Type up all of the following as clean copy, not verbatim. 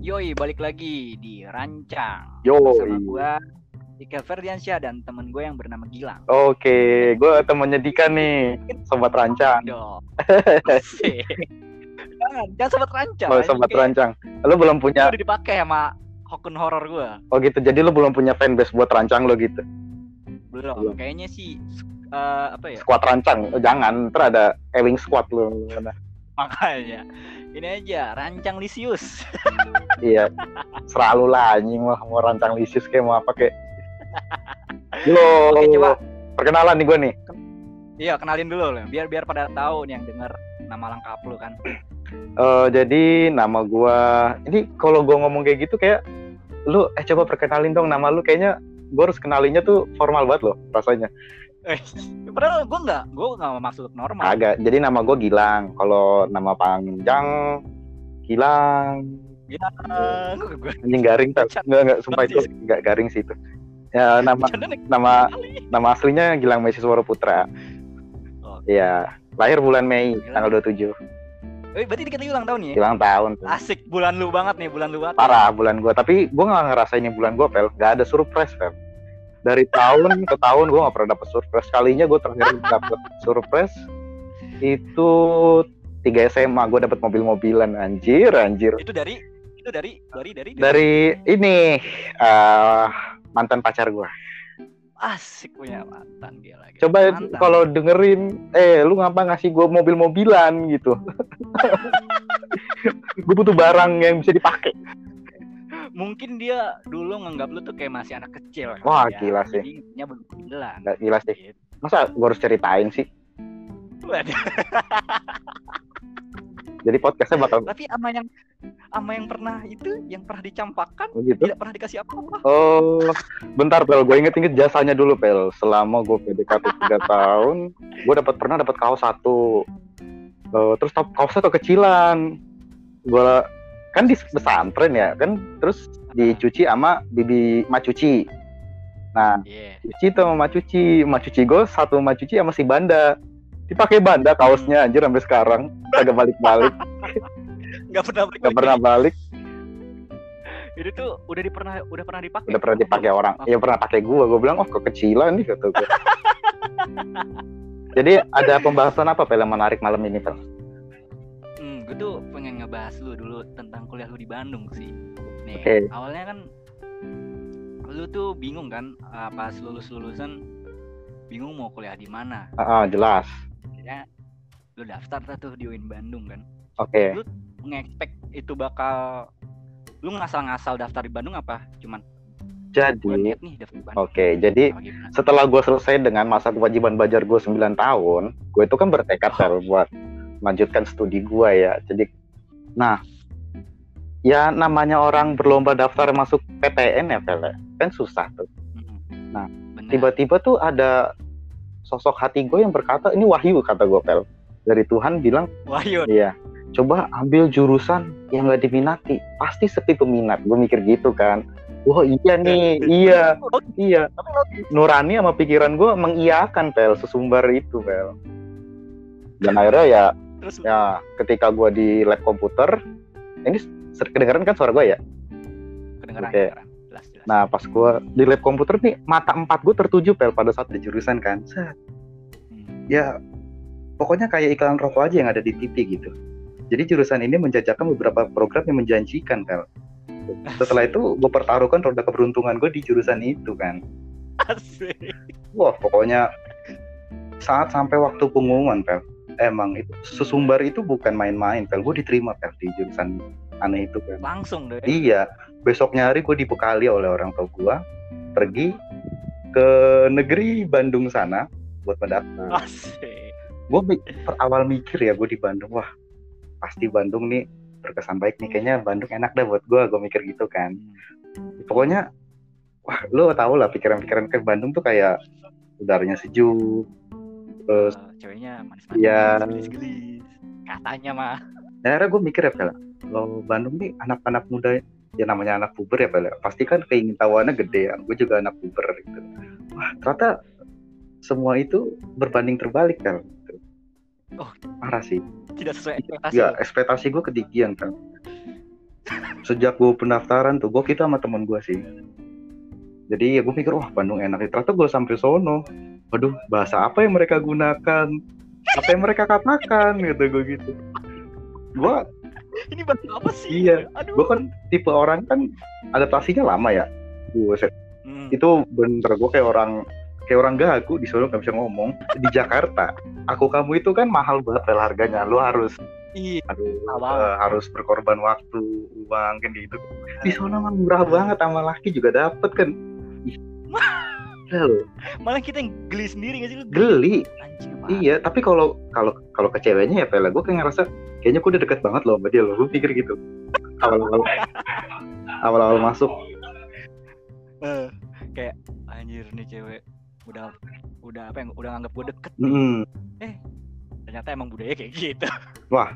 Yoi, balik lagi di Rancang Yo. bersama gue Ika Ferdiansyah dan temen gue yang bernama Gilang. Oke, gue temennya Dika nih, sobat Rancang. Dong. Asik. Jangan sobat Rancang. Oh, sobat Rancang. Lo belum punya? Udah dipakai sama Hokun horor gue. Oh gitu. Jadi lo belum punya fanbase buat Rancang lo gitu? Belum. Kayaknya sih apa ya? Squad Rancang. Oh, jangan, ntar ada Ewing Squad lo. Makanya ini aja Rancang Lisius. Iya. Selalu lah anjing mau Rancang Lisius kayak mau apa kayak. Yo. Oke, coba perkenalan nih gue nih. Iya, kenalin dulu loh. Biar pada tahu nih yang denger nama lengkap lu kan. Jadi nama gue ini kalau gue ngomong kayak gitu kayak lu coba perkenalin dong nama lu, kayaknya gue harus kenalinnya tuh formal banget loh rasanya. Padahal gue nggak maksud normal. Agak. Jadi nama gue Gilang. Kalau nama panjang Gilang. Anjing garing tak? Enggak, sumpah itu enggak garing sih itu. Ya nama aslinya Gilang Mahesiswara Putra. Iya, lahir bulan Mei tanggal 27. Berarti dikit lagi ulang tahun nih. Ulang tahun. Asik, bulan lu banget nih, bulan lu banget. Parah bulan gue, tapi gue nggak ngerasain ini bulan gue, Pel. Nggak ada surprise, Pel. Dari tahun ke tahun gue nggak pernah dapet surprise. Kalinya gue terakhir dapet surprise itu 3 SMA, gue dapet mobil-mobilan. Anjir. Itu dari ini mantan pacar gue. Asik punya mantan dia lagi. Coba kalau dengerin, lu ngapa ngasih gue mobil-mobilan gitu? Gue butuh barang yang bisa dipakai. Mungkin dia dulu nganggap lu tuh kayak masih anak kecil. Wah, ya. Gila sih. Jadinya mobilan. Gila sih. Gitu. Masa gue harus ceritain sih? Jadi podcastnya bakal. Tapi ama yang pernah dicampakkan, gitu? Tidak pernah dikasih apa-apa. Oh, bentar Pel, gue inget jasanya dulu Pel. Selama gue PDKT 3 tahun, gue pernah dapat kaos 1. Terus kaosnya kecilan. Gue kan di pesantren ya kan, terus dicuci sama bibi macuci. Nah, cuci tuh sama macuci gue satu macuci sama si Banda. Dipakai Banda kaosnya anjir sampai sekarang kagak balik-balik. Gak pernah balik. Itu tuh udah pernah dipakai. Udah pernah dipakai orang. Ya pernah pakai gue bilang kecilan nih kata gue. Jadi ada pembahasan apa Pel yang menarik malam ini Pel? Gue tuh pengen ngebahas lu dulu tentang kuliah lu di Bandung sih. Nih, Awalnya kan lu tuh bingung kan pas lulusan bingung mau kuliah di mana. Jelas. Ya, lu daftar tuh di UIN Bandung kan. Oke. Lu nge-expect itu bakal lu ngasal-ngasal daftar di Bandung apa? Cuman jadi nih daftar di Bandung. Oke, jadi setelah gue selesai dengan masa kewajiban belajar gue 9 tahun, gue itu kan bertekad buat melanjutkan studi gue ya. Jadi ya namanya orang berlomba daftar masuk PTN ya Pel, kan susah tuh. Nah, tiba-tiba tuh ada sosok hati gue yang berkata, ini wahyu kata gue Pel, dari Tuhan bilang, wahyu. Iya, coba ambil jurusan yang gak diminati, pasti sepi peminat. Gue mikir gitu kan. Wah iya nih, iya. Nurani sama pikiran gue mengiyakan Pel, sesumbar itu Pel. Dan akhirnya ya ketika gue di lab komputer, ini kedengeran kan suara gue ya? Kedengeran. Jelas. Nah pas gue di lab komputer nih, mata 4 gue tertuju Pel pada saat di jurusan kan. Ya pokoknya kayak iklan rokok aja yang ada di TV gitu. Jadi jurusan ini menjajakan beberapa program yang menjanjikan Pel. Setelah itu gue pertaruhkan roda keberuntungan gue di jurusan itu kan. Asik. Wah pokoknya saat sampai waktu pengumuman Pel, emang itu sesumbar itu bukan main-main Pel. Gue diterima Pel di jurusan aneh itu Pel. Langsung deh. Iya, besoknya hari gue dibekali oleh orang tua gue pergi ke negeri Bandung sana buat mendaftar. Asik. Gue awal mikir ya gue di Bandung, wah pasti Bandung nih berkesan baik nih, kayaknya Bandung enak dah buat gue mikir gitu kan. Pokoknya wah lo tau lah pikiran-pikiran ke Bandung tuh kayak udaranya sejuk, terus ceweknya manis-manis, ya, gelis-gelis katanya mah. Akhirnya gue mikir ya Pel, lo Bandung nih anak-anak muda ya, namanya anak puber ya Pel, pasti kan keingintahuannya gede ya. Gue juga anak puber gitu. Wah ternyata semua itu berbanding terbalik Pel. Parah sih. Tidak sesuai ekspektasi. Ya ekspektasi gue ketinggian kan. sejak gue pendaftaran tuh gue kita sama temen gue sih. Jadi ya gue pikir wah Bandung enak. Ternyata gue sampai sono, waduh bahasa apa yang mereka gunakan, apa yang mereka katakan gitu gue gitu. Gue Ini bahasa apa sih? iya, Aduh. gue kan tipe orang kan adaptasinya lama ya. Buset. Itu bener gue kayak orang gagu di Solo nggak bisa ngomong. Di Jakarta, aku kamu itu kan mahal banget harganya. Lu harus harus berkorban waktu, uang kan gitu. Di Solo mah murah banget, sama laki juga dapet kan. Malah kita yang geli sendiri nggak sih? Geli. Anjing, iya, tapi kalau ke ceweknya ya Pel, gue kayak ngerasa kayaknya gue udah deket banget loh sama dia loh. Gue pikir gitu. Awal-awal masuk. Kayak anjir nih cewek udah apa yang udah nganggap gue deket. Ternyata emang budaya kayak gitu. Wah.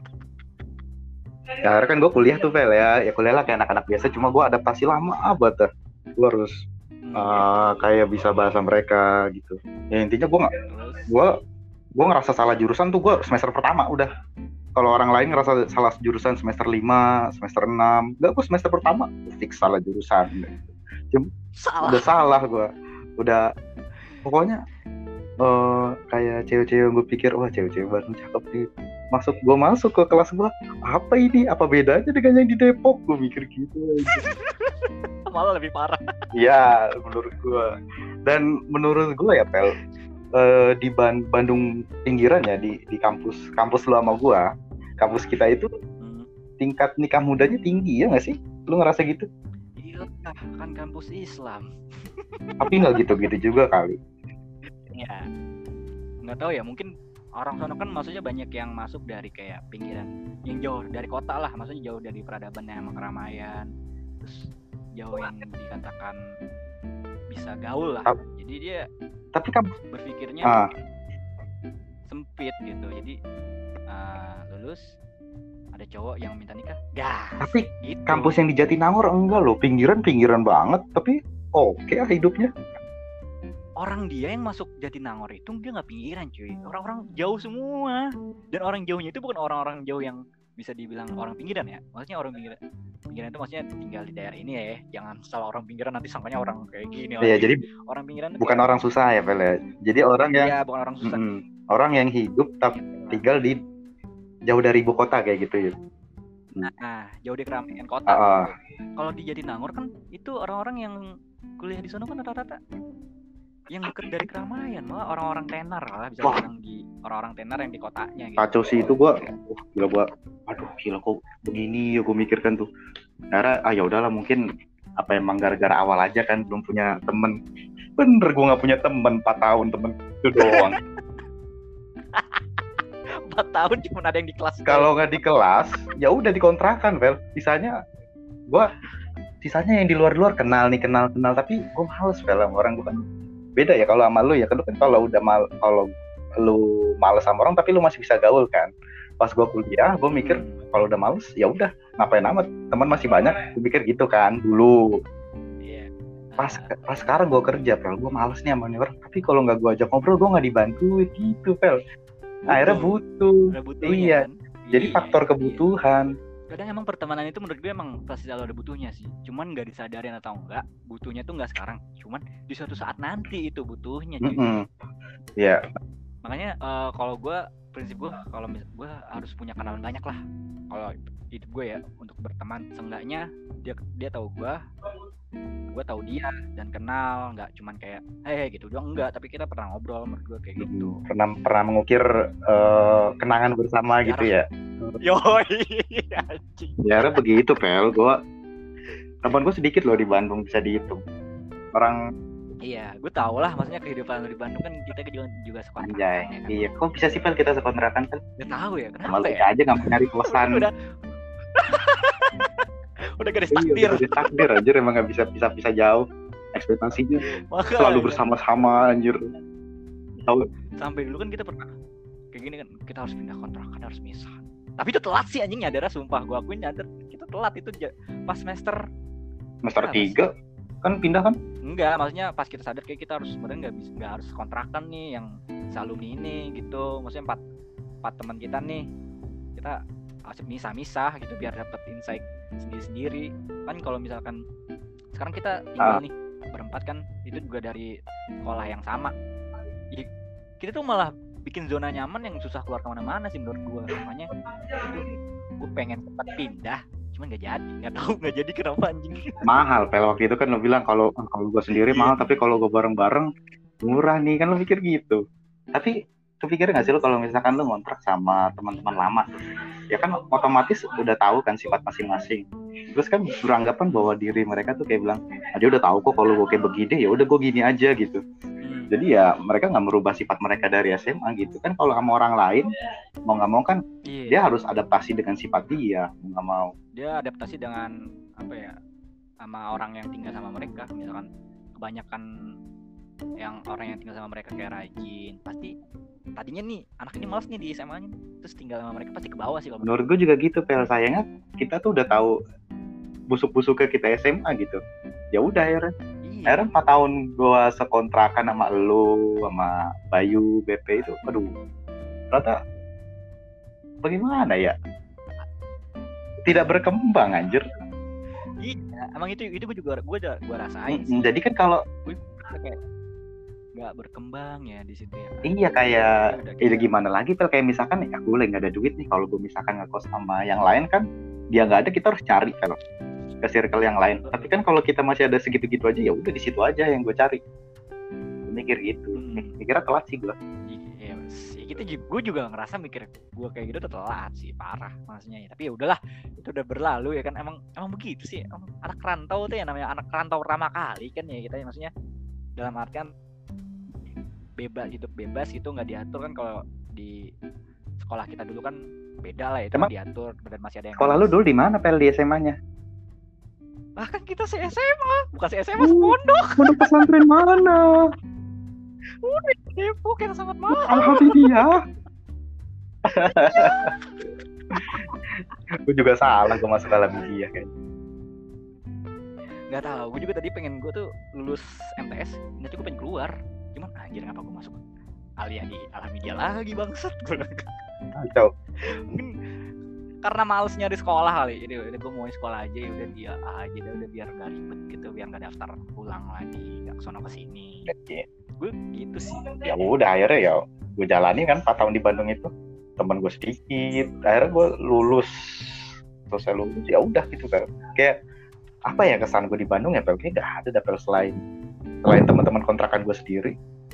Ya akhirnya kan gue kuliah tuh Pel ya kuliah lah kayak anak-anak biasa, cuma gue adaptasi lama banget. Gue harus kayak bisa bahasa mereka gitu. Ya intinya gue ngerasa salah jurusan tuh gue semester pertama udah. Kalau orang lain ngerasa salah jurusan semester 5, semester 6, enggak, gue semester pertama fix salah jurusan. Udah salah gue. Udah pokoknya kayak cewek-cewek gue pikir wah cewek-cewek Bandung cakep nih. Gue masuk ke kelas gue, apa ini? Apa bedanya dengan yang di Depok? Gue mikir gitu. Malah lebih parah. Iya, menurut gue. Dan menurut gue ya Pel, di Bandung pinggiran ya, di kampus lu sama gue, kampus kita itu tingkat nikah mudanya tinggi ya nggak sih? Lu ngerasa gitu? Iya, kan kampus Islam. Tapi nggak gitu-gitu juga kali. Ya, nggak tahu ya, mungkin orang sono kan maksudnya banyak yang masuk dari kayak pinggiran yang jauh dari kota lah, maksudnya jauh dari peradaban sama keramaian, terus jauh yang dikatakan bisa gaul lah. Jadi dia berpikirnya sempit gitu. Jadi lulus ada cowok yang minta nikah, tapi gitu. Kampus yang di Jatinangor enggak loh, pinggiran banget, tapi oke hidupnya. Orang dia yang masuk Jatinangor itu dia nggak pinggiran cuy, orang-orang jauh semua, dan orang jauhnya itu bukan orang-orang jauh yang bisa dibilang orang pinggiran ya, maksudnya orang pinggiran itu maksudnya tinggal di daerah ini ya, jangan salah orang pinggiran nanti sangkanya orang kayak gini. Iya, jadi orang pinggiran bukan kayak orang susah ya Pel ya, jadi orang yang bukan orang susah, orang yang hidup tapi tinggal di jauh dari ibu kota kayak gitu ya. Nah, jauh di keramaian kota. Kalau di Jatinangor kan itu orang-orang yang kuliah di sana kan rata-rata yang dekat dari keramaian, malah orang-orang tenar lah bisa bilang, di orang-orang tenar yang di kotanya gitu. Kacau sih itu gila kok begini ya gue mikirkan tuh. Karena ya udahlah, mungkin apa emang gara-gara awal aja kan belum punya temen. Bener gue nggak punya temen 4 tahun, temen itu doang. 4 tahun cuma ada yang di kelas. Kalau nggak di kelas ya udah dikontrakan Vel. Sisanya yang di luar kenal tapi gue males Vel sama orang. Gue kan beda ya kalau sama lu ya, kan kalau lu males sama orang tapi lu masih bisa gaul kan. Pas gue kuliah gue mikir kalau udah males ya udah ngapain amat, teman masih banyak, gue pikir gitu kan dulu. Pas sekarang gue kerja Pel, gue males nih sama orang, tapi kalau nggak gue ajak ngobrol gue nggak dibantuin gitu Pel. Akhirnya butuh. Iya kan? Jadi faktor kebutuhan. Kadang emang pertemanan itu menurut gue emang pasti selalu ada butuhnya sih. Cuman nggak disadarin atau enggak, butuhnya tuh nggak sekarang. Cuman di suatu saat nanti itu butuhnya. Iya. Makanya kalau gue, prinsip gue, kalau gue harus punya kenalan banyak lah. Kalau hidup gue ya, untuk berteman, seenggaknya dia tahu gue tahu dia dan kenal, nggak cuman kayak hey gitu doang, enggak, tapi kita pernah ngobrol, menurut gue kayak gitu. Pernah mengukir kenangan bersama gitu ya. Yoi, ya begitu Pel. Teman gue sedikit loh di Bandung, bisa dihitung orang. Iya, gue tau lah, maksudnya kehidupan di Bandung kan kita juga sekontrakan. Ya kan? Iya, kok bisa sih Pel kita sekontrakan Pel? Gak tahu ya, kenapa malu ya? aja nggak nyari kosan. udah garis takdir. Garis takdir anjir, emang nggak bisa jauh ekspektasinya. Selalu bersama-sama anjir. Tahu? Sampai dulu kan kita pernah kayak gini kan, kita harus pindah kontrakan, harus misah. Tapi itu telat sih anjing, nyadarnya sumpah, gue akuin nyadar kita telat itu pas semester 3 kan pindah kan? Enggak, maksudnya pas kita sadar kayak kita harus sebenarnya nggak harus kontrakan nih yang alumni ini gitu. Maksudnya empat teman kita nih, kita misah-misah gitu biar dapat insight sendiri-sendiri. Kan kalau misalkan sekarang kita tinggal nih berempat kan, itu juga dari sekolah yang sama. Kita tuh malah bikin zona nyaman yang susah keluar kemana-mana sih menurut gue. Makanya itu gue pengen cepat pindah, cuman nggak jadi kenapa anjing. Mahal pel, waktu itu kan lo bilang kalau gue sendiri mahal, tapi kalau gue bareng-bareng murah nih, kan lo mikir gitu. Tapi kepikir nggak sih lo kalau misalkan lo ngontrak sama teman-teman lama, ya kan otomatis udah tahu kan sifat masing-masing. Terus kan beranggapan bahwa diri mereka tuh kayak bilang, dia udah tahu kok kalau gue kayak begini, ya udah gue gini aja gitu. Jadi ya mereka nggak merubah sifat mereka dari SMA gitu kan. Kalau sama orang lain mau nggak mau kan dia harus adaptasi dengan sifat dia, mau nggak mau. Dia adaptasi dengan apa ya, sama orang yang tinggal sama mereka. Misalkan kebanyakan yang orang yang tinggal sama mereka kayak rajin, pasti tadinya nih anak ini malas nih di SMA-nya, terus tinggal sama mereka pasti ke bawah sih. Menurut gue juga gitu pel, sayangnya kita tuh udah tahu busuk-busuknya kita SMA gitu. Ya udah akhirnya 4 tahun gue sekontrakan sama lu, sama Bayu, BP itu, aduh, ternyata bagaimana ya? Tidak berkembang anjir. Iya, emang itu gue rasain sih. Jadi kan kalau gue kayak nggak berkembang ya di situ ya. Iya kayak itu gimana lagi pel, kayak misalkan ya gue lagi nggak ada duit nih, kalau gue misalkan ngekos sama yang lain kan dia nggak ada, kita harus cari pel ke circle yang lain. Tapi kan kalau kita masih ada segitu-gitu aja, ya udah di situ aja yang gue cari. Mikir gitu. Mikirnya telat sih gue. Iya sih, gue juga ngerasa mikir gue kayak gitu udah telat sih, parah maksudnya ya. Tapi ya udahlah, itu udah berlalu ya kan. Emang begitu sih. Anak rantau tuh ya namanya anak rantau pertama kali kan ya kita, maksudnya dalam artian hidup bebas gitu, nggak diatur kan. Kalau di sekolah kita dulu kan beda lah, itu diatur dan masih ada yang. Sekolah lu dulu di mana pel, di SMA-nya? Bahkan kita se-SMA, bukan se-SMA, sepondok. Pondok pesantren mana? Udah Depok yang sangat mahal. Alhamdulillah. Gue juga salah, gue masuk Alhamdulillah kan. Gak tahu, gue juga tadi pengen gue tuh lulus MTS, nanti gue pengen keluar. Cuman anjir ngapa gue masuk Alia di Alhamdulillah lagi bangsat gue. Kacau. Mungkin karena males nyari sekolah kali, jadi gue mau sekolah aja, ya udah dia aja, udah biar gak ribet gitu, biar gak daftar ulang lagi, gak kesono kesini. Gue gitu sih. Ya udah akhirnya ya gue jalani kan 4 tahun di Bandung itu, teman gue sedikit, akhirnya gue lulus. Terus saya lulus, ya udah gitu kan. Kayak apa ya kesan gue di Bandung ya, kayak gak ada dapet selain teman-teman kontrakan gue sendiri.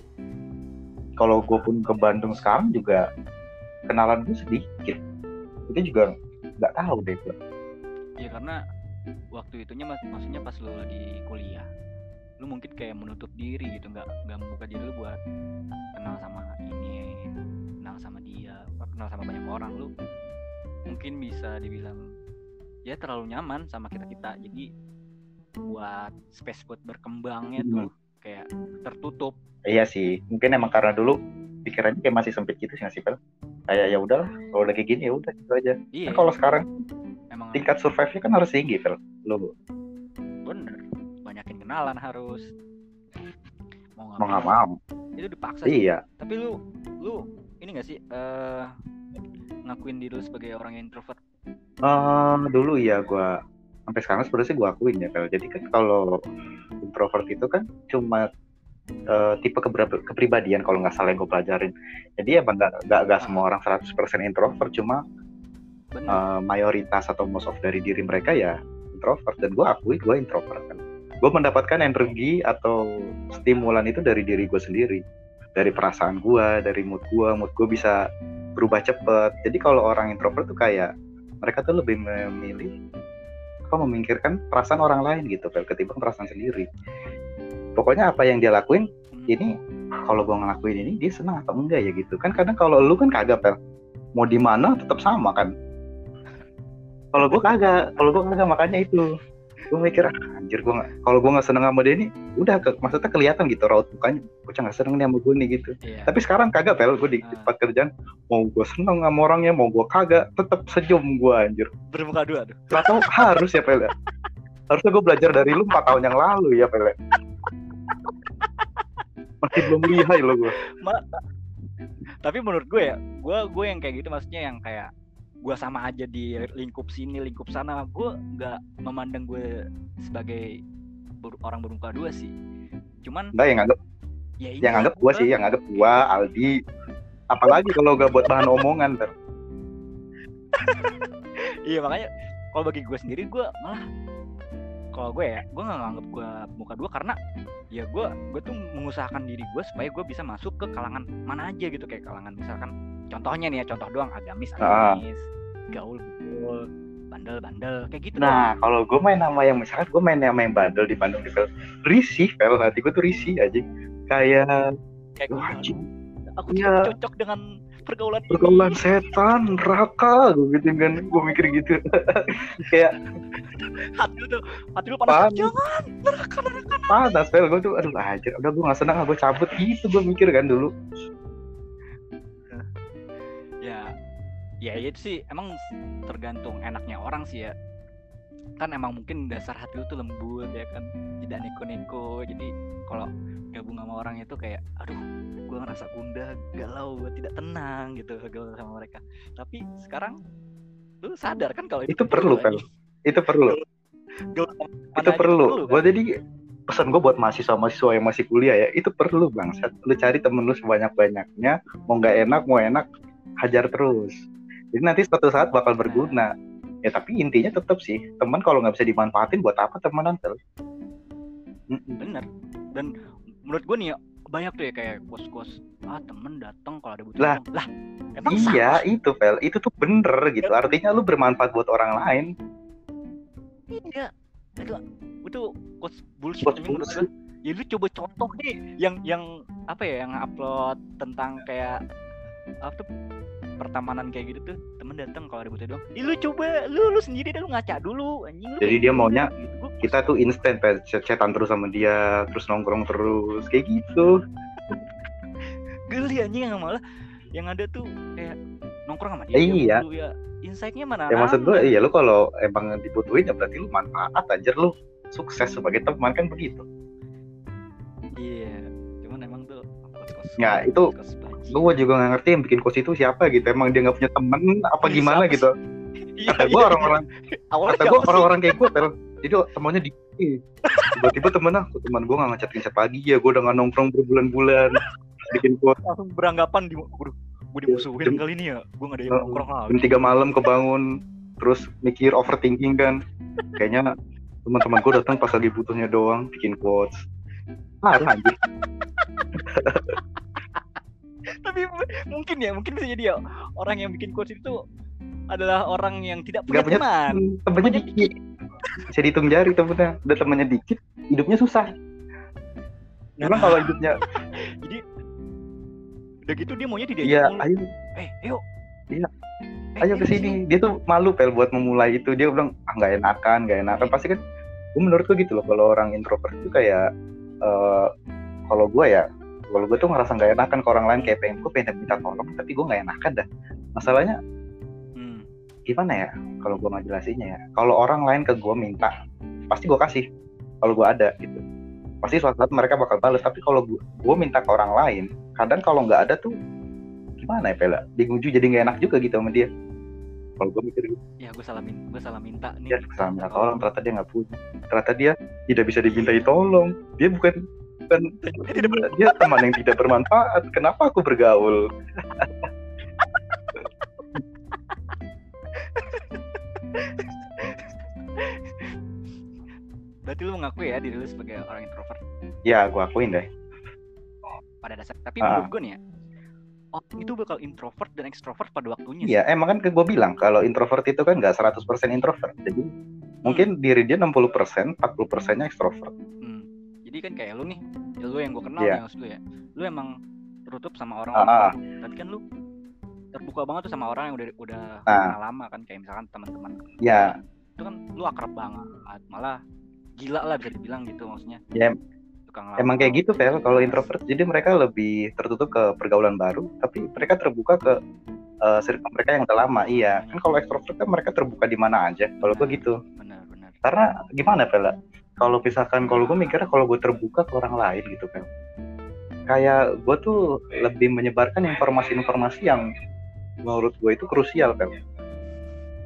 Kalau gue pun ke Bandung sekarang juga kenalan gue sedikit. Itu juga nggak tahu deh gue. Iya karena waktu itunya maksudnya pas lu lagi kuliah, lu mungkin kayak menutup diri gitu, nggak membuka diri lu buat kenal sama ini, kenal sama dia, kenal sama banyak orang. Lu mungkin bisa dibilang ya terlalu nyaman sama kita, jadi buat space buat berkembangnya tuh kayak tertutup. Iya sih, mungkin emang karena dulu pikirannya kayak masih sempit gitu sih, Pel. Kayak ya udahlah, kalau udah kayak gini ya udah gitu aja. Iya. Kan kalau sekarang emang tingkat survive-nya kan harus tinggi, Pel. Lu bener, banyakin kenalan harus. Mau nggak mau. Itu dipaksa iya. Sih. Tapi lu ini nggak sih ngakuin diri lu sebagai orang yang introvert? Dulu ya gue sampai sekarang sebenarnya sih gue akuin ya, Pel. Jadi kan kalau introvert itu kan cuma tipe kepribadian kalau nggak salah yang gue pelajarin. Jadi emang nggak semua orang 100% introvert, cuma mayoritas atau most of dari diri mereka ya introvert, dan gue akui gue introvert kan. Gue mendapatkan energi atau stimulan itu dari diri gue sendiri, dari perasaan gue, dari mood gue bisa berubah cepet. Jadi kalau orang introvert tuh kayak mereka tuh lebih memikirkan perasaan orang lain gitu, ketimbang perasaan sendiri. Pokoknya apa yang dia lakuin ini, kalau gue ngelakuin ini dia senang atau enggak ya gitu kan. Kadang kalau lu kan kagak, Pel, mau di mana tetap sama kan. Kalau gue kagak makanya itu gue mikir anjir, kalau gue nggak seneng sama dia ini udah maksudnya kelihatan gitu raut mukanya, bocah nggak seneng nih sama gue nih gitu. Yeah. Tapi sekarang kagak, Pel, gue di tempat kerjaan mau gue seneng sama orangnya mau gue kagak tetap senyum gue anjir. Bermuka dua tuh. Atau harus ya, Pel. Harusnya gue belajar dari lu 4 tahun yang lalu ya, Pel. Masih belum lihai lo gue. Tapi menurut gue ya, gue yang kayak gitu, maksudnya yang kayak gue sama aja di lingkup sini lingkup sana, gue nggak memandang gue sebagai orang bermuka dua sih. Cuman enggak yang anggap gue sih, yang anggap gue Aldi, apalagi kalau gak buat bahan omongan ter. Iya makanya kalau bagi gue sendiri, gue malah kalau gue ya, gue nggak nganggap gue muka dua karena ya gue tuh mengusahakan diri gue supaya gue bisa masuk ke kalangan mana aja gitu, kayak kalangan misalkan contohnya nih ya, contoh doang, agamis, gaul, bandel kayak gitu. Nah kalau gue main sama yang misalkan gue main sama yang bandel di Bandung gitu, risih pel, hati gue tuh risih aja, kayak aku cocok dengan pergaulan setan neraka gitu kan, gue mikir gitu. Kayak hati lu panas. Jangan neraka panas pel, gue tuh aduh aja udah gue nggak senang, gue cabut gitu, gue mikir kan dulu. Ya itu sih emang tergantung enaknya orang sih ya, kan emang mungkin dasar hati lu tuh lembut ya kan, tidak neko-neko, jadi kalau gabung sama orang itu kayak aduh gue ngerasa gundah, galau, gue tidak tenang gitu gaul sama mereka. Tapi sekarang lu sadar kan kalau itu perlu pel, itu perlu kan? Gue jadi pesan gue buat mahasiswa yang masih kuliah ya, itu perlu bangsat, lu cari temen lu sebanyak-banyaknya, mau nggak enak mau enak hajar terus, jadi nanti suatu saat bakal berguna. Ya tapi intinya tetap sih, teman kalau nggak bisa dimanfaatin buat apa temenan terus. Bener. Dan menurut gue nih ya, banyak tuh ya kayak kos-kos temen datang kalau ada butuh lah emang iya salah. Itu pel, itu tuh bener gitu, artinya lu bermanfaat buat orang lain. Iya itu kos bullshit menurut gue. Ya lu coba contoh deh yang apa ya, yang upload tentang kayak apa tuh pertemanan kayak gitu tuh, temen datang kalau ada butuh doang. Lu coba lu sendiri dah, lu ngaca dulu anjing lu. Jadi dia maunya gitu. Kita tuh instan chatan terus sama dia, terus nongkrong terus kayak gitu. Geli anjing, yang malah yang ada tuh kayak nongkrong sama dia. Iya. Dulu ya insight-nya mana? Ya maksud gue iya, lu kalau emang dibutuhin ya berarti lu manfaat aja, lu sukses sebagai teman kan begitu. Iya. Cuman emang tuh nggak itu gue juga nggak ngerti yang bikin kos itu siapa gitu, emang dia nggak punya temen apa gimana gitu. Kata gue orang-orang kayak gue pel, jadi temannya dikit, tiba-tiba teman gue nggak ngechat lagi ya, gue udah nggak nongkrong berbulan-bulan, bikin kos langsung beranggapan gue dimusuhin kali ini ya, gue nggak ada yang nongkrong lagi. Jam 3 malam kebangun terus mikir overthinking kan, kayaknya teman-teman gue datang pas lagi butuhnya doang bikin quotes. Anjir. Tapi mungkin bisa jadi ya orang yang bikin quotes itu adalah orang yang tidak punya teman. Temannya dikit. Bisa dihitung jari temennya. Udah temannya dikit, hidupnya susah. Memang kalau hidupnya jadi udah gitu dia maunya tidak. Iya, ayo. Ayo. Iya. Ayo ke sini. Dia tuh malu pel buat memulai itu. Dia bilang enggak enakan. Pasti kan menurut gue gitu loh, kalau orang introvert itu kayak kalau gue tuh ngerasa nggak enakan ke orang lain, kayak gue pengen minta tolong tapi gue nggak enakan dah. Masalahnya gimana ya kalau gue ngejelasinnya ya, kalau orang lain ke gue minta pasti gue kasih kalau gue ada gitu, pasti suatu saat mereka bakal balas. Tapi kalau gue minta ke orang lain, kadang kalau nggak ada tuh gimana ya Pela, bingung juga, jadi nggak enak juga gitu sama dia. Kalau gue mikir gitu, ya gue salah minta nih. Ya salah minta tolong, ternyata dia nggak punya, ternyata dia tidak bisa dimintai tolong. Dia bukan dia teman yang tidak bermanfaat. Kenapa aku bergaul? Berarti lu mengakui ya diri lu sebagai orang introvert? Ya, gue akuin deh. Pada dasar. Tapi menurut gue nih ya, orang itu bakal introvert dan extrovert pada waktunya. Iya, emang kan gue bilang kalau introvert itu kan nggak 100% introvert. Jadi mungkin diri dia 60%, 40%-nya extrovert. Jadi kan kayak lu nih, ya lu yang gue kenal ya, maksud lu ya, lu emang tertutup sama orang-orang, tapi kan lu terbuka banget tuh sama orang yang udah kenal lama kan, kayak misalkan teman-teman. Iya. Itu kan lu akrab banget, malah gila lah bisa dibilang gitu maksudnya. Iya. Emang kayak gitu Fel, kalau introvert jadi mereka lebih tertutup ke pergaulan baru, tapi mereka terbuka ke circle mereka yang udah lama. Iya. Kan kalau extrovert kan mereka terbuka di mana aja. Kalau gue gitu. Benar. Karena gimana Fel? Kalau misalkan kalau gue mikirnya kalau gue terbuka ke orang lain gitu kan, kayak gue tuh lebih menyebarkan informasi-informasi yang menurut gue itu krusial kan.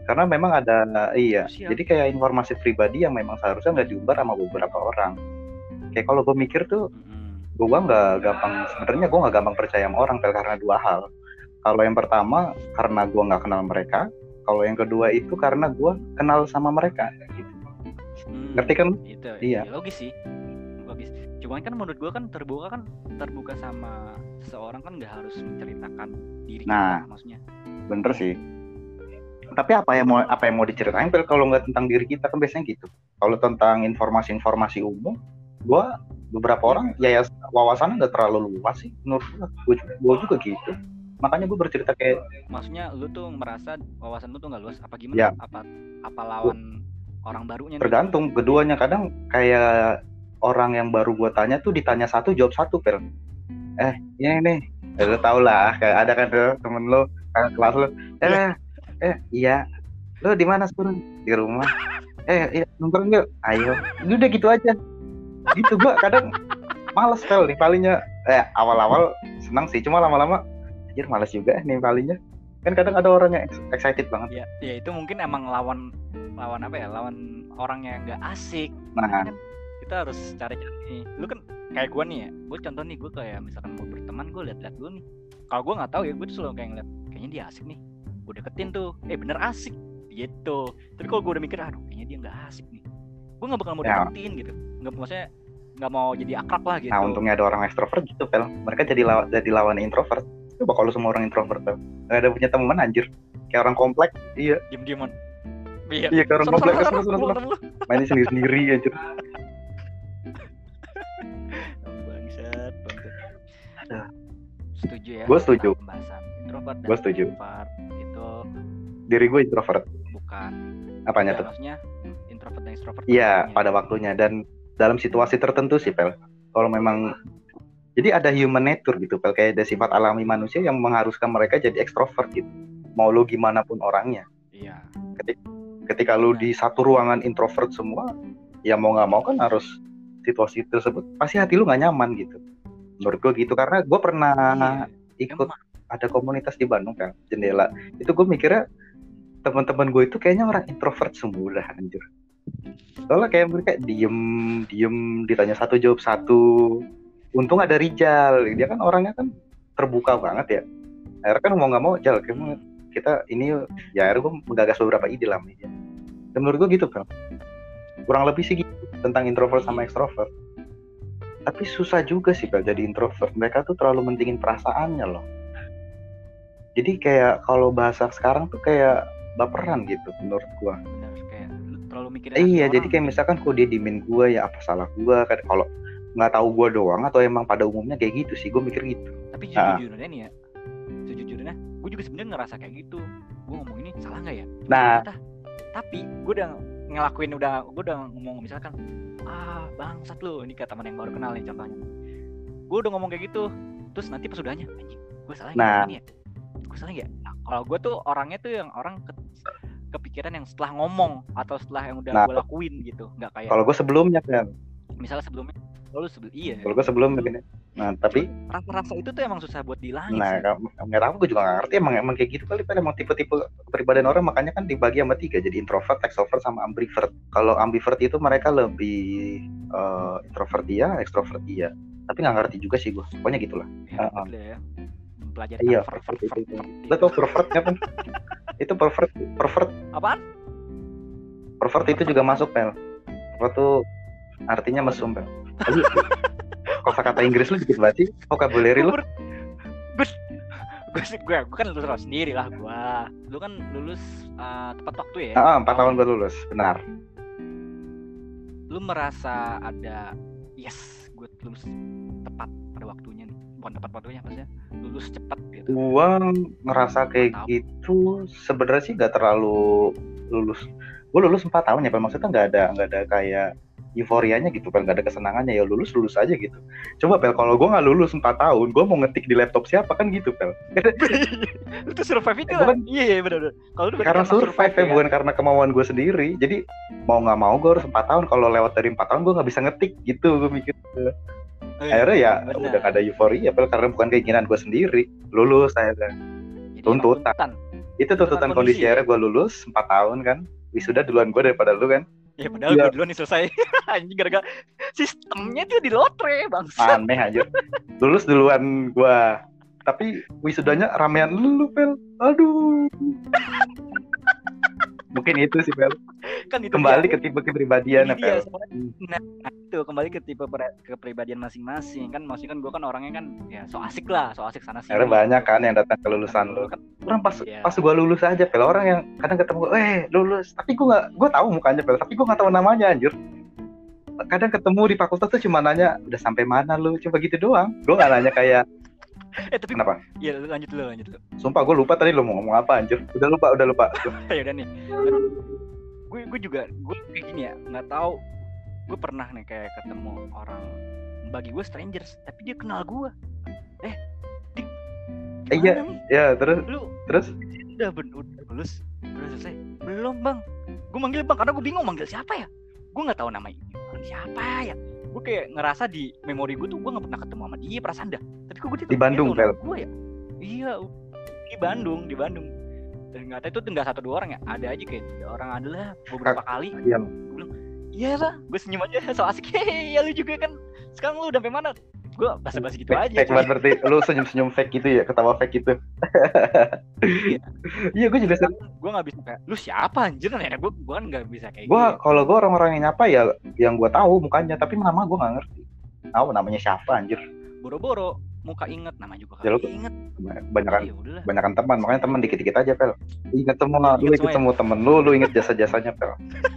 Karena memang ada, iya. Sosial. Jadi kayak informasi pribadi yang memang seharusnya nggak diumbar sama beberapa orang. Kayak kalau gue mikir tuh, gue nggak gampang. Sebenarnya gue nggak gampang percaya sama orang, Pel, karena dua hal. Kalau yang pertama karena gue nggak kenal mereka. Kalau yang kedua itu karena gue kenal sama mereka. Gitu. Ngerti kan? Itu, iya. Ya, logis sih. Logis. Cuman kan menurut gue kan terbuka sama seseorang kan nggak harus menceritakan diri kita, maksudnya. Bener sih. Tapi apa yang mau diceritain, Pel, kalau nggak tentang diri kita kan biasanya gitu. Kalau tentang informasi umum, gue beberapa orang ya wawasannya nggak terlalu luas sih menurut gue juga gitu. Makanya gue bercerita kayak, maksudnya lu tuh merasa wawasan lu tuh nggak luas apa gimana? Ya. Apa lawan orang barunya? Tergantung keduanya. Kadang kayak orang yang baru gue tanya tuh ditanya satu jawab satu, Pel. Ini nih, lu tau lah, kayak ada kan tuh temen lu kelas lu, iya, lu di mana sekarang? Di rumah. Iya, nongkrong yuk, ayo. Udah gitu aja. Gitu gue kadang males, Pel, nih palingnya. Awal-awal senang sih, cuma lama-lama anjir males juga nih palingnya. Kan kadang ada orang yang excited banget. Ya itu mungkin emang lawan apa ya? Lawan orang yang nggak asik. Nah, kan kita harus cari-cari. Lu kan kayak gue nih ya. Gue contoh nih, gue kayak misalkan mau berteman, gue lihat-lihat dulu nih. Kalau gue nggak tahu ya, gue tuh selalu kayak ngeliat, kayaknya dia asik nih. Gue deketin tuh, bener asik gitu. Tapi kalau gue udah mikir, aduh kayaknya dia nggak asik nih, gue nggak bakal mau deketin gitu. Maksudnya nggak mau jadi akrab lah gitu. Nah, untungnya ada orang ekstrovert gitu, Pel. Mereka jadi lawan introvert. Coba kalau semua orang introvert, Pel, nggak ada punya teman anjir. Kayak orang komplek, iya. Diem-dieman. Iya, kayak orang komplek. Mainnya sendiri-sendiri anjir. Bangsat. Setuju ya? Gue setuju. Pembahasan introvert dan gue setuju. Introvert itu. Diri gue introvert. Bukan. Apanya tuh? Maksudnya introvert dan extrovert. Iya, pada waktunya dan dalam situasi tertentu sih, Pel. Kalau memang jadi ada human nature gitu, Pel, kayak ada sifat alami manusia yang mengharuskan mereka jadi ekstrovert gitu. Mau lu gimana pun orangnya. Iya. Ketika lu di satu ruangan introvert semua, ya mau nggak mau kan harus situasi tersebut pasti hati lu nggak nyaman gitu. Menurut gue gitu, karena gue pernah ikut ada komunitas di Bandung, kan, Jendela. Itu gue mikirnya teman-teman gue itu kayaknya orang introvert semua dah anjir. Soalnya kayak mereka diem ditanya satu jawab satu. Untung ada Rijal, dia kan orangnya kan terbuka banget ya. Akhirnya kan mau nggak mau, Jal, kita ini ya, akhirnya gue menggagas beberapa ide lah. Dan menurut gue gitu, kan. Kurang lebih sih gitu tentang introvert sama extrovert. Tapi susah juga sih, Pel, jadi introvert. Mereka tuh terlalu mentingin perasaannya loh. Jadi kayak kalau bahasa sekarang tuh kayak baperan gitu menurut gue. Benar, kayak terlalu mikirin. Iya, jadi kayak misalkan kok dia diemin gue, ya apa salah gue kan, kalau nggak tahu gue doang atau emang pada umumnya kayak gitu sih, gue mikir gitu. Tapi jujurnya nih ya, sejujurnya gue juga sebenarnya ngerasa kayak gitu. Gue ngomong ini salah nggak ya? Tapi gue udah ngelakuin, gue udah ngomong misalkan, bangsat lu, ini kayak teman yang baru kenal nih contohnya. Gue udah ngomong kayak gitu, terus nanti pas udahnya, anjing, gue salah nggak ini ya? Gue salah nggak? Nah, kalau gue tuh orangnya tuh yang orang kepikiran yang setelah ngomong atau setelah yang udah gue lakuin gitu, nggak kayak. Kalau gue sebelumnya kan. Misalnya sebelumnya. Iya. Kalau gue sebelum begini. Nah, tapi rasa itu tuh emang susah buat dihilangin. Nah, nggak tahu, gue juga nggak ngerti. Emang kayak gitu kali. Emang tipe-tipe kepribadian orang, makanya kan dibagi sama 3. Jadi introvert, extrovert, sama ambivert. Kalau ambivert itu mereka lebih introvert dia, extrovert dia. Tapi nggak ngerti juga sih gue. Pokoknya gitulah. Ya. Pelajari. Iya, pervert itu. Lo tau pervertnya kan? Itu pervert. Apaan? Pervert itu juga masuk, Pel. Pervert tuh artinya mesum, Pel. Kata Inggris lu dikit banget sih, vocabulary lu. Gue kan lulus sendiri lah gue. Lu kan lulus tepat waktu ya? 4 tahun gue lulus, benar. Lu merasa ada yes, gue lulus tepat pada waktunya nih? Bukan tepat waktunya, maksudnya lulus cepat gitu. Gue ngerasa kayak gitu sebenarnya sih nggak terlalu lulus. Gue lulus 4 tahun ya, maksudnya nggak ada kayak euforianya gitu, Pel, nggak ada kesenangannya, ya lulus aja gitu. Coba, Pel, kalau gue nggak lulus 4 tahun, gue mau ngetik di laptop siapa kan gitu, Pel. Itu survive itu kan? Iya benar. Kalau karena survive ya, bukan karena kemauan gue sendiri. Jadi mau nggak mau gue harus 4 tahun. Kalau lewat dari 4 tahun gue nggak bisa ngetik gitu, gue mikir. Akhirnya ya udah nggak ada euforia, Pel, karena bukan keinginan gue sendiri. Lulus akhirnya. Tuntutan. Itu tuntutan kondisi akhirnya gue lulus 4 tahun kan. Wisuda duluan gue daripada lu kan. Ya padahal gue duluan nih selesai. Anjing gara-gara sistemnya tuh di lotre bangsa. Aneh aja. Lulus duluan gue. Tapi wisudanya ramean lu Pel. Aduh. Mungkin itu sih Pel. Kan itu kembali ke tipe kepribadian Pel. Nah itu kembali ke tipe kepribadian masing-masing kan. Maksudnya kan gue kan orangnya kan ya so asik sana sini. Karena banyak kan yang datang ke lulusan lu. Orang pas gue lulus aja Pel, orang yang kadang ketemu lulus, tapi gue tahu mukanya Pel, tapi gue nggak tahu namanya anjir. Kadang ketemu di fakultas tuh cuma nanya udah sampai mana lu, coba gitu doang. Gue nggak nanya kayak tapi kenapa? Iya lanjut lu. Sumpah gue lupa tadi lu mau ngomong apa anjir. Udah lupa. Ya udah nih. Gue juga kayak gini ya, nggak tahu. Gue pernah nih kayak ketemu orang bagi gue strangers, tapi dia kenal gue. Iya, terus udah lulus, udah selesai belum bang? Gue manggil bang karena gue bingung manggil siapa ya. Gue nggak tahu nama ini orang siapa ya. Gue kayak ngerasa di memori gue tuh gue nggak pernah ketemu sama dia perasaan dah. Tapi kok gue di Bandung Pel. Gue ya. Iya di Bandung. Dan nggak tahu itu nggak 1-2 orang ya. Ada aja kayak 3 orang adalah beberapa kali. Iya. Gue bilang iya lah. Gue senyum aja so asik. Ya lu juga kan. Sekarang lu udah sampai mana? Gue basa-basi gitu aja. Fake banget berarti. Lu senyum fake gitu ya, ketawa fake gitu. Iya, gue juga gue nggak bisa kayak lu siapa anjir ya. Gue kan nggak bisa kayak. Gue kalau gue orang-orang yang nyapa ya yang gue tahu mukanya, tapi nama gue nggak ngerti. Tahu namanya siapa anjir. Boro-boro muka inget, nama juga ya, kagak inget. Banyakan teman, makanya teman dikit-dikit aja Pel. Ingat semua, lu inget semua temen lu inget jasa-jasanya Pel.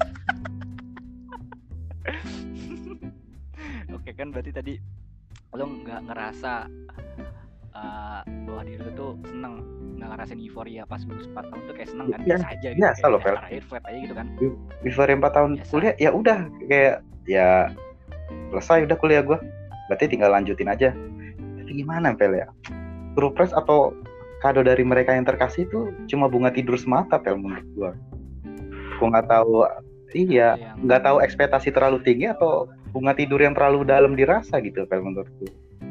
Oke kan berarti tadi lo nggak ngerasa bahwa diri lo tuh seneng, nggak ngerasain euforia pas lulus 4 tahun tuh kayak seneng kan, biasa aja gitu. Biasa loh Pel. Flat aja gitu kan. Euforia 4 tahun biasa. Kuliah ya udah kayak ya selesai udah kuliah gue. Berarti tinggal lanjutin aja. Tapi gimana Pel ya? Surprise atau kado dari mereka yang terkasih itu cuma bunga tidur semata Pel menurut gue. Gue nggak tahu. Iya, nggak tahu ekspektasi terlalu tinggi atau bunga tidur yang terlalu dalam dirasa gitu Pel menurutku.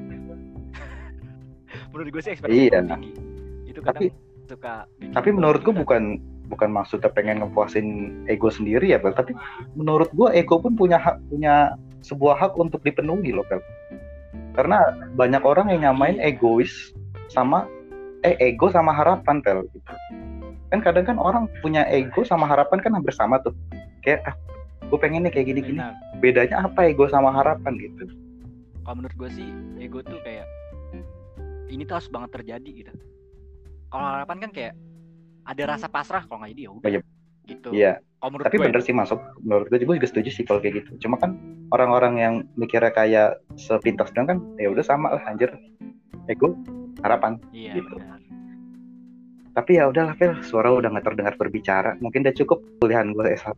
Menurut gue sih ekspektasi tinggi. Itu kadang suka. Tapi menurut gue bukan maksudnya pengen ngepuasin ego sendiri ya Pel. Tapi menurut gue ego pun punya sebuah hak untuk dipenuhi loh Pel. Karena banyak orang yang nyamain egois sama ego sama harapan Pel gitu. Kan kadang kan orang punya ego sama harapan kan hampir sama tuh. Kayak gue pengen nih kayak gini-gini. Bedanya apa ego sama harapan gitu? Kalau menurut gue sih ego tuh kayak ini tuh harus banget terjadi gitu. Kalau harapan kan kayak ada rasa pasrah kalau nggak jadi ya udah. Gitu. Iya. Tapi bener sih masuk. Menurut gue juga setuju sih kalau kayak gitu. Cuma kan orang-orang yang mikirnya kayak sepintas dong kan ya udah sama lah anjir. Ego, harapan. Iya. Gitu. Benar. Tapi ya udahlah Pel, suara udah nggak terdengar berbicara. Mungkin udah cukup kuliahan gue S1.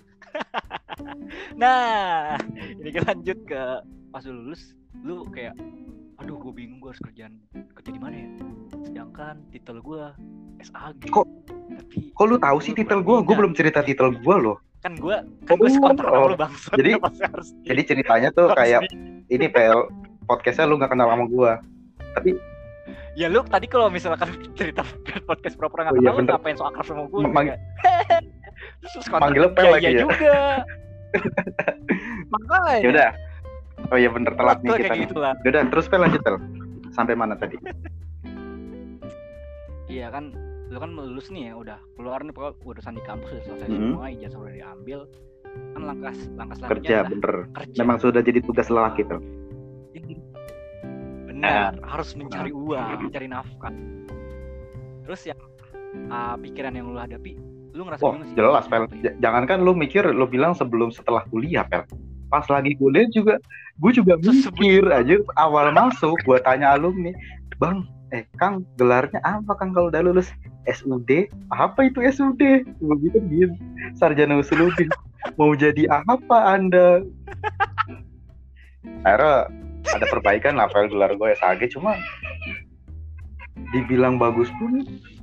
Nah, ini kita lanjut ke pas lu lulus, lu kayak, aduh gue bingung gue harus kerja di mana ya. Sedangkan titel gue SAG. Kok lu tahu sih titel gue? Gue belum cerita titel gue loh. Kan gue sekontrak sama lu bangsat. Jadi ceritanya tuh kayak ini Pel, podcastnya lu nggak kenal sama gue. Tapi ya lu tadi kalau misalkan cerita podcast pura-pura nggak kenal, lu ngapain so akrab sama gue? Manggil Pel lagi ya juga. Makanya. Yaudah. Oh iya bener telat nih kita. Gitu Yaudah terus Pel lanjut Pel. Sampai mana tadi? Iya kan, lu kan lulus nih ya, udah keluar nih pokoknya urusan di kampus udah selesai semua, ijazah udah diambil. Kan langkah selanjutnya kerja bener. Kerja. Memang sudah jadi tugas lelaki Pel. Benar, harus mencari uang, mencari nafkah. Terus yang pikiran yang lu hadapi, lu ngerasa bingung sih? Jelas Pel. Jangankan lu mikir, lu bilang sebelum setelah kuliah Pel. Pas lagi kuliah juga, gue juga mikir aja awal masuk, gue tanya alumni, Bang, Kang gelarnya apa Kang kalau udah lulus? SUD? Apa itu SUD? Gue gitu, sarjana usuluddin. Mau jadi apa Anda? Akhirnya ada perbaikan lah Pel, gelar gue SAG, cuma dibilang bagus pun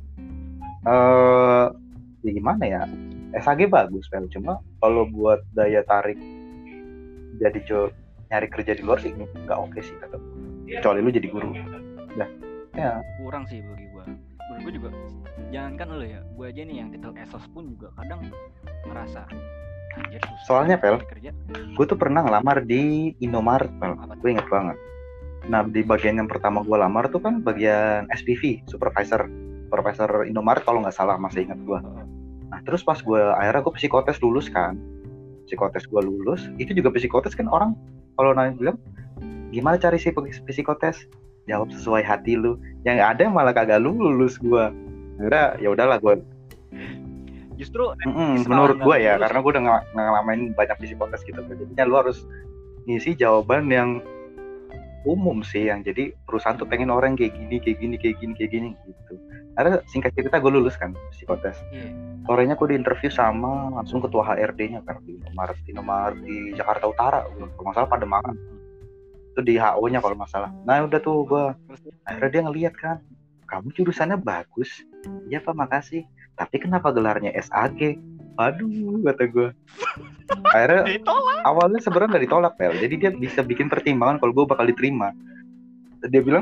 ya gimana ya, SAG bagus Pel, cuma kalau buat daya tarik jadi nyari kerja di luar sih nggak oke sih kata gue, kecuali lu jadi guru. Ya kurang sih bagi gue. Menurut gue gue juga jangankan lo ya, gue aja nih yang titel esos pun juga kadang ngerasa anjir susah. Soalnya Pel, kerja. Gue tuh pernah ngelamar di Indomaret Pel. Gue inget banget. Nah di bagian yang pertama gue lamar tuh kan bagian SPV, supervisor Indomaret kalau nggak salah, masih ingat gue. Nah terus pas akhirnya gue psikotes lulus kan. Psikotes gue lulus, itu juga psikotes kan orang kalau nanya bilang gimana cari si psikotes, jawab sesuai hati lu. Yang ada malah kagak lulus gue. Akhirnya ya udahlah gue. Justru menurut gue ya, karena gue udah ngalamin banyak psikotes gitu. Jadinya lu harus ngisi jawaban yang umum sih, yang jadi perusahaan tuh pengen orang kayak gini gitu. Ada singkat cerita gue lulus kan psikotes. Sorenya gue diinterview sama langsung ketua HRD-nya kan di Indomaret di Jakarta Utara, kalau nggak salah Pademangan. Itu di HO-nya kalau nggak salah. Nah udah tuh gue, akhirnya dia ngeliat kan, kamu jurusannya bagus. Iya Pak, makasih. Tapi kenapa gelarnya SAG? Aduh, kata gue. Akhirnya awalnya sebenarnya nggak ditolak Pel. Jadi dia bisa bikin pertimbangan kalau gue bakal diterima. Dia bilang,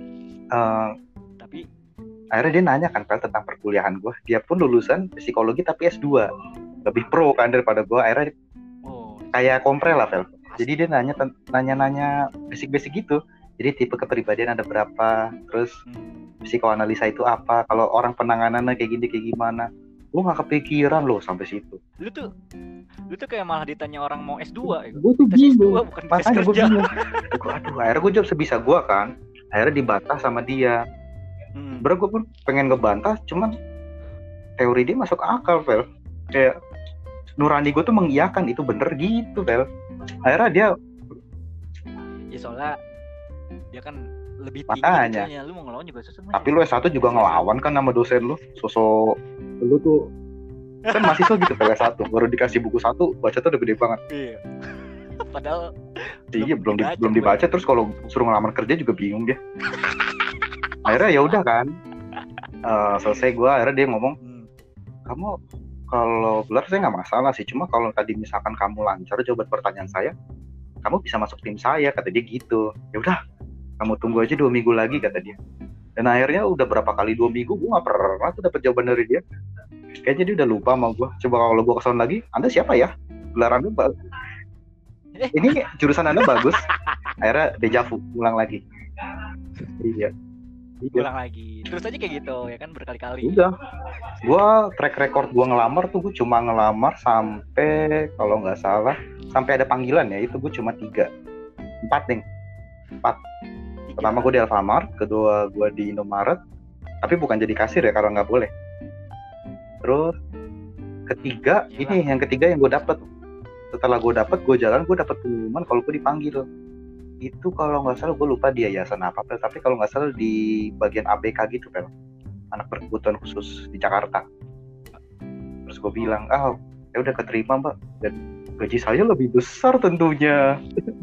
tapi akhirnya dia nanya kan Pel tentang perkuliahan gue. Dia pun lulusan psikologi tapi S2, lebih pro kan daripada gue. Akhirnya kayak kompre lah Pel. Jadi dia nanya basic gitu. Jadi tipe kepribadian ada berapa, terus psikoanalisa itu apa, kalau orang penanganannya kayak gimana. Gue nggak kepikiran loh sampai situ. Lu tuh kayak malah ditanya orang mau S2 ya. Gue tuh bingung. Makanya gue bingung. Aduh, akhirnya gue jawab sebisa gue kan. Akhirnya dibantah sama dia. Gue pun pengen ngebantah, cuman teori dia masuk akal, Pel. Kayak nurani gue tuh mengiyakan itu bener gitu, Pel. Akhirnya dia ya soalnya dia kan lebih tinggi makanya lu mau ngelawan juga susah. Tapi lu S1 juga ngelawan kan sama dosen lu. Sosok lu tuh kan mahasiswa gitu Pel, S1 baru dikasih buku 1 baca tuh udah gede banget. Iya. Padahal belum dibaca. Terus kalau suruh ngelamar kerja juga bingung dia. Akhirnya ya udah kan. Selesai gue, akhirnya dia ngomong, kamu kalau gelar saya nggak masalah sih, cuma kalau tadi misalkan kamu lancar jawab pertanyaan saya, kamu bisa masuk tim saya, kata dia gitu. Ya udah, kamu tunggu aja 2 minggu lagi, kata dia. Dan akhirnya udah berapa kali 2 minggu gue nggak pernah tuh dapat jawaban dari dia. Kayaknya dia udah lupa sama gue. Coba kalau gue kesana lagi, Anda siapa ya? Gelar Anda bagus. Ini jurusan Anda bagus. Akhirnya dejavu, ulang lagi. Iya. Ulang lagi. Terus aja kayak gitu ya kan, berkali-kali. Udah. Gua track record gua ngelamar tuh, gua cuma ngelamar sampai kalau nggak salah sampai ada panggilan ya, itu gua cuma 4. Pertama gua di Alfamart, kedua gua di Indomaret, tapi bukan jadi kasir ya karena nggak boleh. Terus yang ketiga yang gua dapet. Setelah gua dapet, gua jalan, gua dapet pengumuman kalau gua dipanggil. Itu kalau nggak salah gue lupa di yayasan apa, tapi kalau nggak salah di bagian ABK gitu, Pel, anak berkebutuhan khusus di Jakarta. Terus gue bilang, ya udah keterima Mbak, dan gaji saya lebih besar tentunya.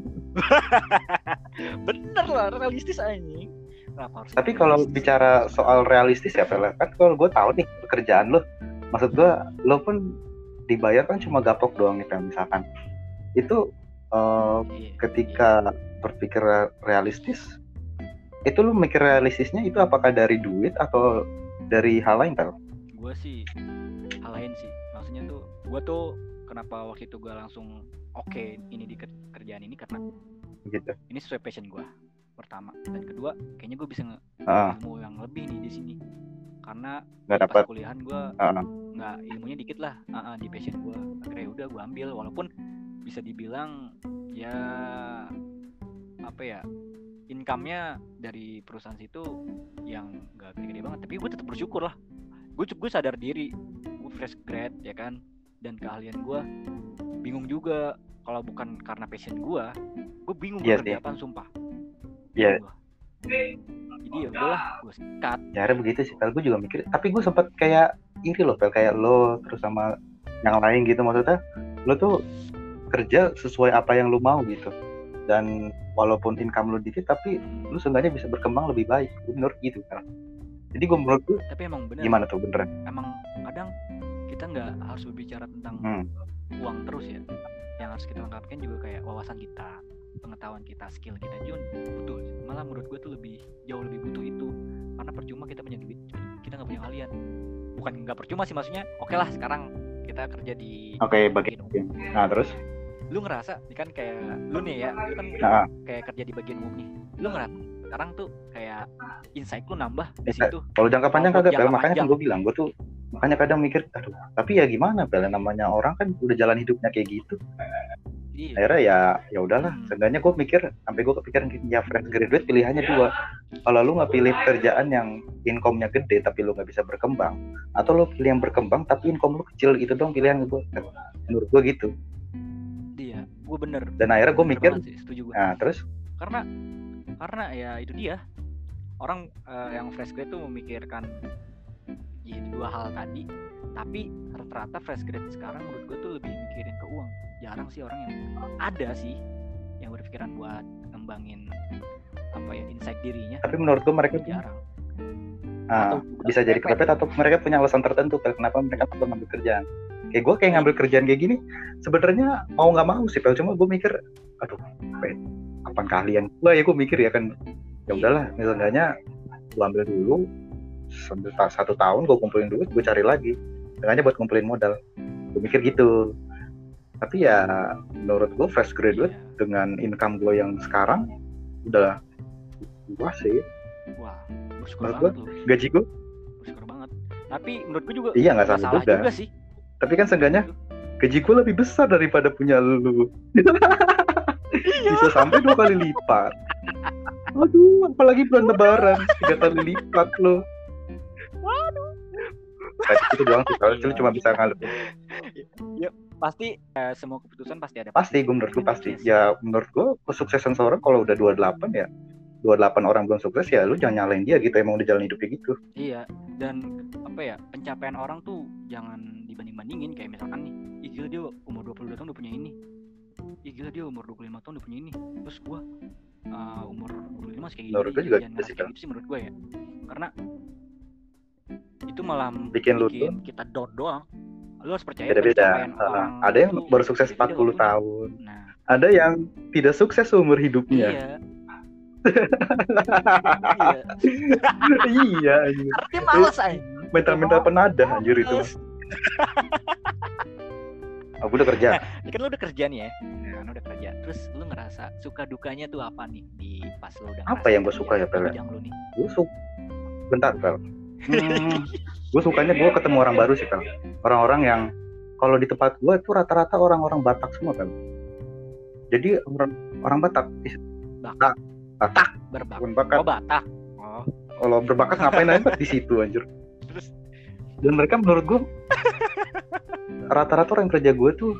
Bener lah, realistis anjing. Tapi kalau bicara soal realistis ya, Pel, kan kalau gue tahu nih pekerjaan lo, maksud gue lo pun dibayar kan cuma gapok doang nih, misalkan itu ketika berpikir realistis, itu lu mikir realistisnya itu apakah dari duit atau dari hal lain, Pel? Gue sih hal lain sih. Maksudnya tuh, gue tuh kenapa waktu itu gue langsung oke, ini di kerjaan ini karena gitu. Ini sesuai passion gue, pertama. Dan kedua, kayaknya gue bisa ilmu yang lebih nih di sini. Karena pas kuliahan gue nggak, ilmunya dikit lah di passion gue. Akhirnya udah gue ambil, walaupun bisa dibilang ya apa ya, income-nya dari perusahaan situ yang gak gede-gede banget, tapi gue tetap bersyukur lah. Gue sadar diri, gue fresh grad ya kan, dan keahlian gue bingung juga. Kalau bukan karena passion gue bingung kerja apaan, sumpah. Iya. Jadi ya udahlah, gue sikat. Ya begitu sih, Pel. Gue juga mikir, tapi gue sempat kayak iri loh, Pel, kayak lo terus sama yang lain gitu. Maksudnya lo tuh kerja sesuai apa yang lo mau gitu. Dan walaupun income lu dikit, tapi lu seenggaknya bisa berkembang lebih baik, menurut gitu kan. Jadi gue menurut gue, tapi emang bener, gimana tuh beneran? Emang kadang kita nggak harus berbicara tentang uang terus ya. Yang harus kita lengkapkan juga kayak wawasan kita, pengetahuan kita, skill kita Jun butuh. Malah menurut gue tuh jauh lebih butuh itu, karena percuma kita punya duit kita nggak punya kalian. Bukan nggak percuma sih, maksudnya oke lah sekarang kita kerja di bagian. Nah terus lu ngerasa kan kayak lu nih ya, lu kan kayak kerja di bagian umum nih, lu ngerasa sekarang tuh kayak insight lu nambah di situ. Kalau jangka panjang kagak Pel, makanya kan gue bilang, gue tuh makanya kadang mikir, aduh tapi ya gimana Pel, namanya orang kan udah jalan hidupnya kayak gitu. Iya. Akhirnya ya udahlah, seenggaknya gue mikir, sampai gue kepikiran ya fresh graduate pilihannya dua. Kalau lu nggak pilih kerjaan yang income-nya gede tapi lu nggak bisa berkembang, atau lu pilih yang berkembang tapi income lu kecil, gitu dong pilihan gue. Menurut gue gitu. Iya, gue bener. Dan akhirnya gue mikir, sih, setuju gue. Nah terus? Karena ya itu dia, orang yang fresh grad tuh memikirkan ya dua hal tadi, tapi rata-rata fresh grad sekarang menurut gue tuh lebih mikirin ke uang. Jarang sih orang yang ada sih yang berpikiran buat ngembangin insight dirinya. Tapi menurut gue mereka jarang. Bisa jadi kepepet atau mereka punya alasan tertentu kenapa mereka perlu ngambil kerjaan. Kayak gue kayak ngambil kerjaan kayak gini sebenarnya mau nggak mau sih Pel, cuma gue mikir aduh kapan kalian gue mikir ya kan, ya udahlah misalnya gue ambil dulu sambil 1 tahun gue kumpulin duit, gue cari lagi sengaja buat kumpulin modal, gue mikir gitu. Tapi ya menurut gue fresh graduate dengan income gue yang sekarang udah puas sih. Wah, bersyukur banget lu. Gaji gue bersyukur banget. Tapi menurut gue juga iya nggak salah juga sih. Tapi kan seenggaknya gaji gue lebih besar daripada punya lu. Bisa sampai 2 kali lipat. Aduh, apalagi bulan lebaran 3 kali lipat lo. Waduh. Itu doang sih, kalau cuma bisa ngalep. Ya pasti semua keputusan pasti ada. Pasti, gue menurut gue pasti. Ya menurut gue kesuksesan seorang kalau udah 28 ya 28 orang belum sukses ya lu jangan nyalain dia gitu, emang udah jalan hidupnya gitu. Iya, dan pencapaian orang tuh jangan dibanding-bandingin. Kayak misalkan nih, ih gila dia umur 22 tahun udah punya ini, ih gila dia umur 25 tahun udah punya ini, terus gua umur 25 masih kayak gini. Menurut gue juga gitu sih menurut gue ya, karena itu malah bikin kita down doang. Lu harus percaya beda-beda. Ada yang baru sukses 40 tahun, ada yang tidak sukses seumur hidupnya. Iya. Iya. Artinya malas aja. Mental penadah anjir itu. Aku udah kerja. Kan lu udah kerja nih ya. Kan udah kerja. Terus lu ngerasa suka dukanya tuh apa nih di pas lu udah. Apa yang gue suka ya Pel? Gue suka. Bentar Pel. Gue sukanya gue ketemu orang baru sih Pel. Orang-orang yang kalau di tempat gue itu rata-rata orang-orang Batak semua Pel. Jadi orang Batak. Batak. Berbakat. Oh Batak. Oh. Kalau berbakat ngapain aja di situ anjir. Terus dan mereka menurut gue rata-rata orang kerja gue tuh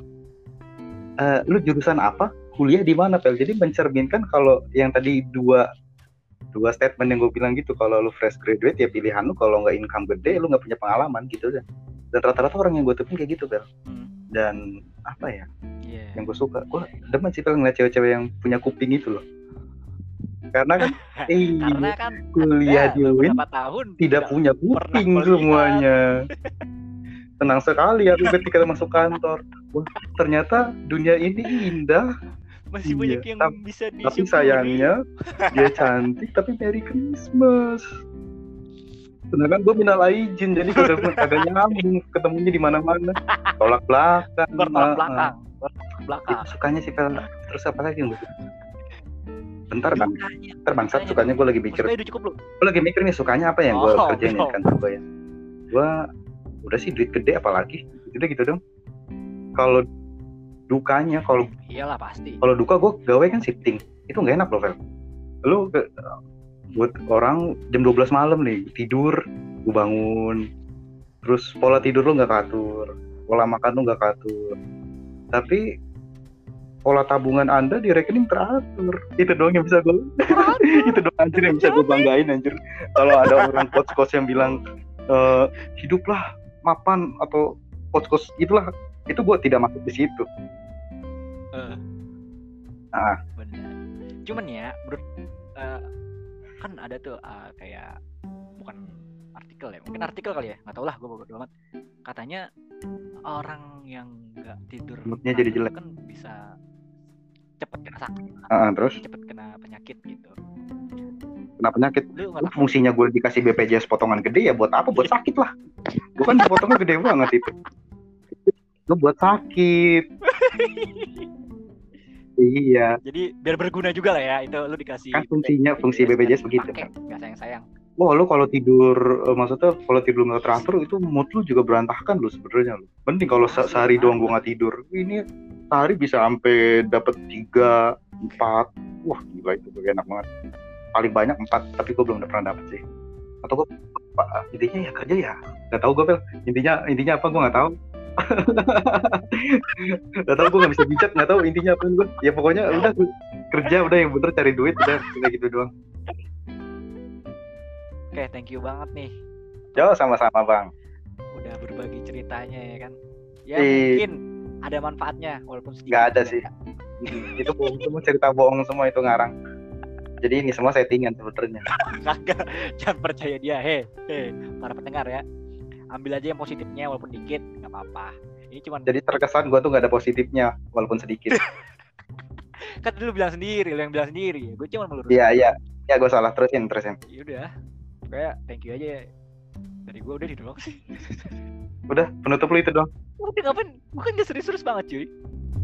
lu jurusan apa, kuliah di mana Pel. Jadi mencerminkan kalau yang tadi dua statement yang gue bilang gitu, kalau lu fresh graduate ya pilihan lu, kalau nggak income gede lu nggak punya pengalaman gitu kan. Dan rata-rata orang yang gue temuin kayak gitu Pel. Dan apa ya yang gue suka, gue demen sih Pel ngeliat cewek-cewek yang punya kuping itu loh. Karena kan kuliah di UIN tidak punya kuping semuanya. Tenang sekali aku ketika masuk kantor. Wah, ternyata dunia ini indah. Masih banyak yang bisa disyukuri. Tapi sayangnya dia cantik tapi Merry Christmas. Sedangkan gue minal aijin, jadi kagak nyambung, ketemunya di mana-mana. Tolak belakang. Sukanya sih Pel. Terus apa lagi yang gue suka? Bentar bangsat, sukanya gue lagi mikir. Gue lagi mikir nih sukanya apa yang gue kerjain kan gue ya. Gue udah sih duit gede apalagi. Udah gitu dong. Kalau dukanya, iyalah pasti. Kalau duka gue gawe kan shifting. Itu enggak enak loh, Fel. Lu buat orang jam 12 malam nih tidur, gue bangun. Terus pola tidur lu enggak katur, pola makan lu enggak katur. Tapi pola tabungan Anda di rekening teratur. Itu doang yang bisa gue. Itu doang anjir yang bisa gue banggain anjir. Kalau ada orang coach yang bilang hiduplah mapan atau coach itulah, itu gue tidak masuk di situ. Benar. Cuman ya, kan ada tuh kayak bukan artikel ya, mungkin artikel kali ya, nggak tau lah, gue bodo amat. Katanya orang yang nggak tidur moodnya jadi jelek kan bisa cepet kena sakit, Terus cepet kena penyakit gitu. kena penyakit. Lu Fungsinya gue dikasih BPJS potongan gede ya buat apa? Buat sakit lah. Bukan potongnya gede banget itu. Lu buat sakit. Iya. Jadi biar berguna juga lah ya itu lu dikasih. Kan fungsi BPJS begitu kan. Nggak sayang-sayang. Wah, lu kalau tidur maksudnya kalau tidur nggak teratur itu mood lu juga berantakan lu sebenarnya lu. Penting kalau sehari doang gua nggak tidur. Ini sehari bisa sampai dapat 3, 4. Wah, gila itu enak banget. Paling banyak 4, tapi gua belum pernah dapet sih. Atau gua intinya ya kerja ya. Nggak tahu gua, Pel. Intinya apa gua nggak tahu. Nggak tahu, gue nggak bisa bijak, nggak tahu intinya apa gue. Ya pokoknya udah kerja, udah yang bener cari duit, udah gitu doang. Oke, thank you banget nih. Yo, sama-sama bang. Udah berbagi ceritanya ya kan. Ya mungkin ada manfaatnya walaupun sedikit. Nggak ada sih. Itu bohong semua, cerita bohong semua itu ngarang. Jadi ini semua settingan sebenarnya. Kagak, jangan percaya dia. Hei, para pendengar ya. Ambil aja yang positifnya walaupun dikit, nggak apa-apa. Ini cuman. Jadi terkesan gue tuh nggak ada positifnya walaupun sedikit. Kan lu bilang sendiri, lu yang bilang sendiri. Gue cuma meluruskan. Iya, gue salah, terusin. Yaudah, kayak thank you aja. Dari gue udah di doang sih. Udah, penutup lu itu dong. Udah ngapain? Gue kan gak serius-serius banget cuy.